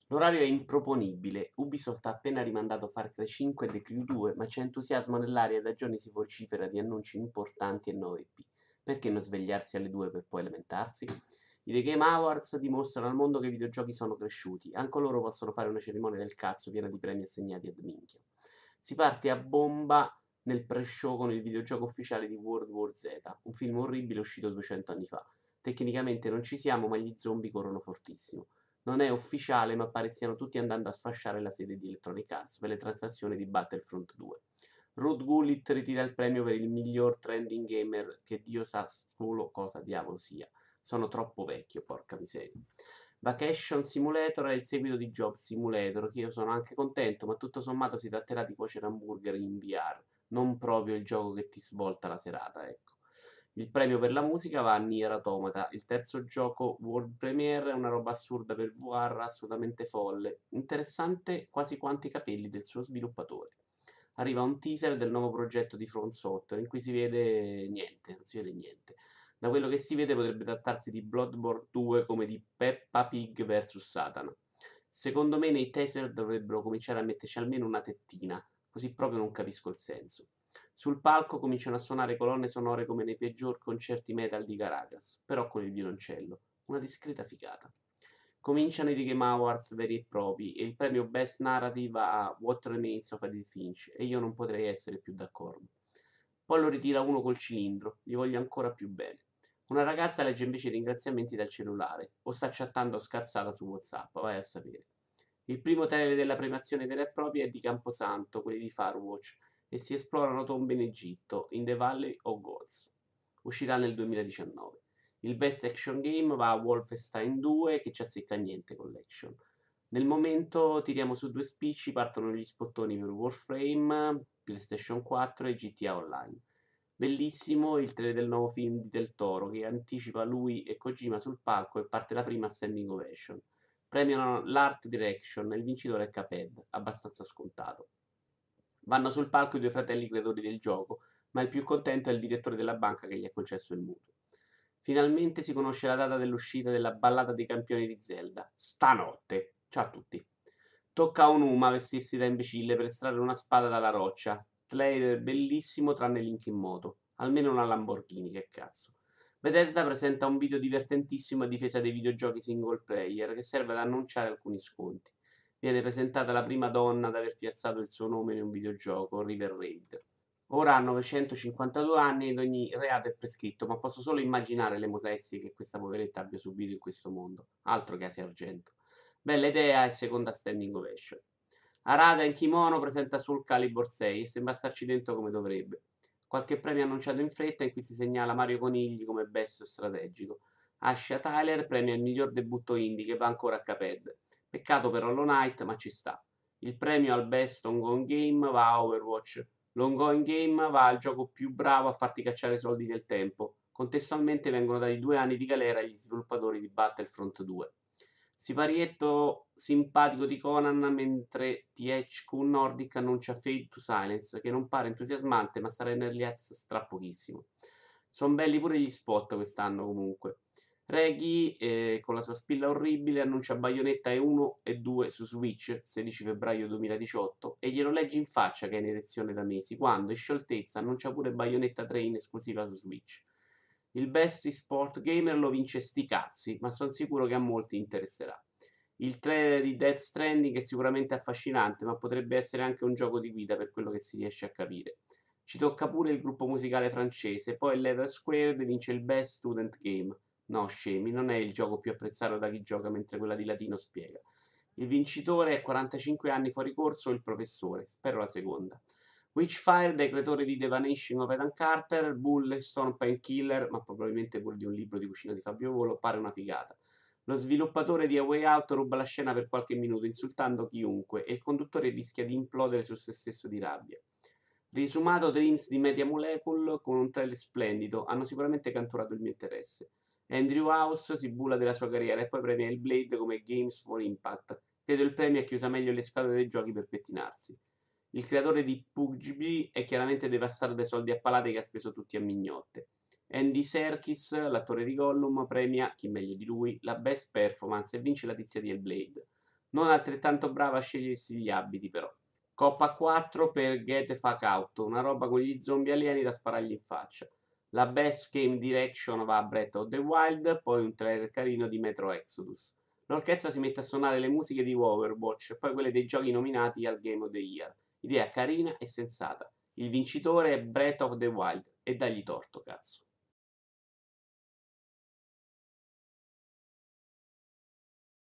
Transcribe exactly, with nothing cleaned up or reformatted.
L'orario è improponibile. Ubisoft ha appena rimandato Far Cry cinque e The Crew due, ma c'è entusiasmo nell'aria e da giorni si vocifera di annunci importanti e nuove I P. Perché non svegliarsi alle due per poi lamentarsi? I The Game Awards dimostrano al mondo che i videogiochi sono cresciuti. Anche loro possono fare una cerimonia del cazzo piena di premi assegnati ad minchia. Si parte a bomba nel pre-show con il videogioco ufficiale di World War Z, un film orribile uscito duecento anni fa. Tecnicamente non ci siamo, ma gli zombie corrono fortissimo. Non è ufficiale, ma pare stiano tutti andando a sfasciare la sede di Electronic Arts per le transazioni di Battlefront due. Ruud Gullit ritira il premio per il miglior trending gamer, che Dio sa solo cosa diavolo sia. Sono troppo vecchio, porca miseria. Vacation Simulator è il seguito di Job Simulator, che io sono anche contento, ma tutto sommato si tratterà di cuocere hamburger in V R, non proprio il gioco che ti svolta la serata, ecco. Il premio per la musica va a Nier Automata, il terzo gioco world premiere, è una roba assurda per V R, assolutamente folle, interessante quasi quanto i capelli del suo sviluppatore. Arriva un teaser del nuovo progetto di From Software in cui si vede niente, non si vede niente. Da quello che si vede potrebbe trattarsi di Bloodborne due come di Peppa Pig vs Satana. Secondo me nei teaser dovrebbero cominciare a metterci almeno una tettina, così proprio non capisco il senso. Sul palco cominciano a suonare colonne sonore come nei peggior concerti metal di Caracas, però con il violoncello. Una discreta figata. Cominciano i The Game Awards veri e propri e il premio Best Narrative a What Remains of Edith Finch e io non potrei essere più d'accordo. Poi lo ritira uno col cilindro, gli voglio ancora più bene. Una ragazza legge invece i ringraziamenti dal cellulare o sta chattando scazzata su WhatsApp, vai a sapere. Il primo trailer della premiazione vera e propria è di Camposanto, quelli di Firewatch, e si esplorano tombe in Egitto, in The Valley of Gods. Uscirà nel duemiladiciannove. Il Best Action Game va a Wolfenstein due, che ci azzecca niente con l'action. Nel momento tiriamo su due spicci, partono gli spottoni per Warframe, PlayStation quattro e G T A Online. Bellissimo il trailer del nuovo film di Del Toro che anticipa lui e Kojima sul palco e parte la prima standing ovation. Premiano l'Art Direction e il vincitore è Cuphead, abbastanza scontato. Vanno sul palco i due fratelli creatori del gioco, ma il più contento è il direttore della banca che gli ha concesso il mutuo. Finalmente si conosce la data dell'uscita della ballata dei campioni di Zelda. Stanotte. Ciao a tutti. Tocca a Onuma vestirsi da imbecille per estrarre una spada dalla roccia. Trailer bellissimo tranne Link in moto. Almeno una Lamborghini, che cazzo. Bethesda presenta un video divertentissimo a difesa dei videogiochi single player che serve ad annunciare alcuni sconti. Viene presentata la prima donna ad aver piazzato il suo nome in un videogioco, River Raid. Ora ha novecentocinquantadue anni ed ogni reato è prescritto, ma posso solo immaginare le molestie che questa poveretta abbia subito in questo mondo. Altro che Asia Argento. Bella idea e seconda standing ovation. Arada in kimono presenta Soul Calibur sei e sembra starci dentro come dovrebbe. Qualche premio annunciato in fretta in cui si segnala Mario Conigli come best strategico. Ascia Tyler premia il miglior debutto indie che va ancora a Cuphead. Peccato per Hollow Knight, ma ci sta. Il premio al best ongoing game va a Overwatch. L'ongoing game va al gioco più bravo a farti cacciare soldi nel tempo. Contestualmente vengono dati due anni di galera agli sviluppatori di Battlefront due. Siparietto simpatico di Conan mentre T H Q Nordic annuncia Fade to Silence, che non pare entusiasmante ma sarà in early access tra pochissimo. Sono belli pure gli spot quest'anno comunque. Reggie, eh, con la sua spilla orribile, annuncia Bayonetta uno e due su Switch, sedici febbraio duemiladiciotto, e glielo leggi in faccia che è in erezione da mesi, quando, in scioltezza, annuncia pure Bayonetta tre in esclusiva su Switch. Il Best Sport Gamer lo vince sti cazzi, ma sono sicuro che a molti interesserà. Il trailer di Death Stranding è sicuramente affascinante, ma potrebbe essere anche un gioco di guida per quello che si riesce a capire. Ci tocca pure il gruppo musicale francese, poi Leather Squared vince il Best Student Game. No, scemi, non è il gioco più apprezzato da chi gioca mentre quella di Latino spiega. Il vincitore è quarantacinque anni fuori corso, il professore. Spero la seconda. Witchfire, dai creatori di The Vanishing of Ethan Carter, Bulletstorm Painkiller, ma probabilmente pure di un libro di cucina di Fabio Volo, pare una figata. Lo sviluppatore di A Way Out ruba la scena per qualche minuto insultando chiunque e il conduttore rischia di implodere su se stesso di rabbia. Risumato Dreams di Media Molecule con un trailer splendido, hanno sicuramente catturato il mio interesse. Andrew House si bulla della sua carriera e poi premia il Blade come Games for Impact. Credo il premio che usa meglio le scatole dei giochi per pettinarsi. Il creatore di P U B G è chiaramente devastato dai soldi a palate che ha speso tutti a mignotte. Andy Serkis, l'attore di Gollum, premia, chi meglio di lui, la best performance e vince la tizia di Hellblade. Non altrettanto brava a scegliersi gli abiti, però. Coppa quattro per Get the Fuck Out, una roba con gli zombie alieni da sparargli in faccia. La Best Game Direction va a Breath of the Wild, poi un trailer carino di Metro Exodus. L'orchestra si mette a suonare le musiche di Overwatch e poi quelle dei giochi nominati al Game of the Year. Idea carina e sensata. Il vincitore è Breath of the Wild e dagli torto, cazzo.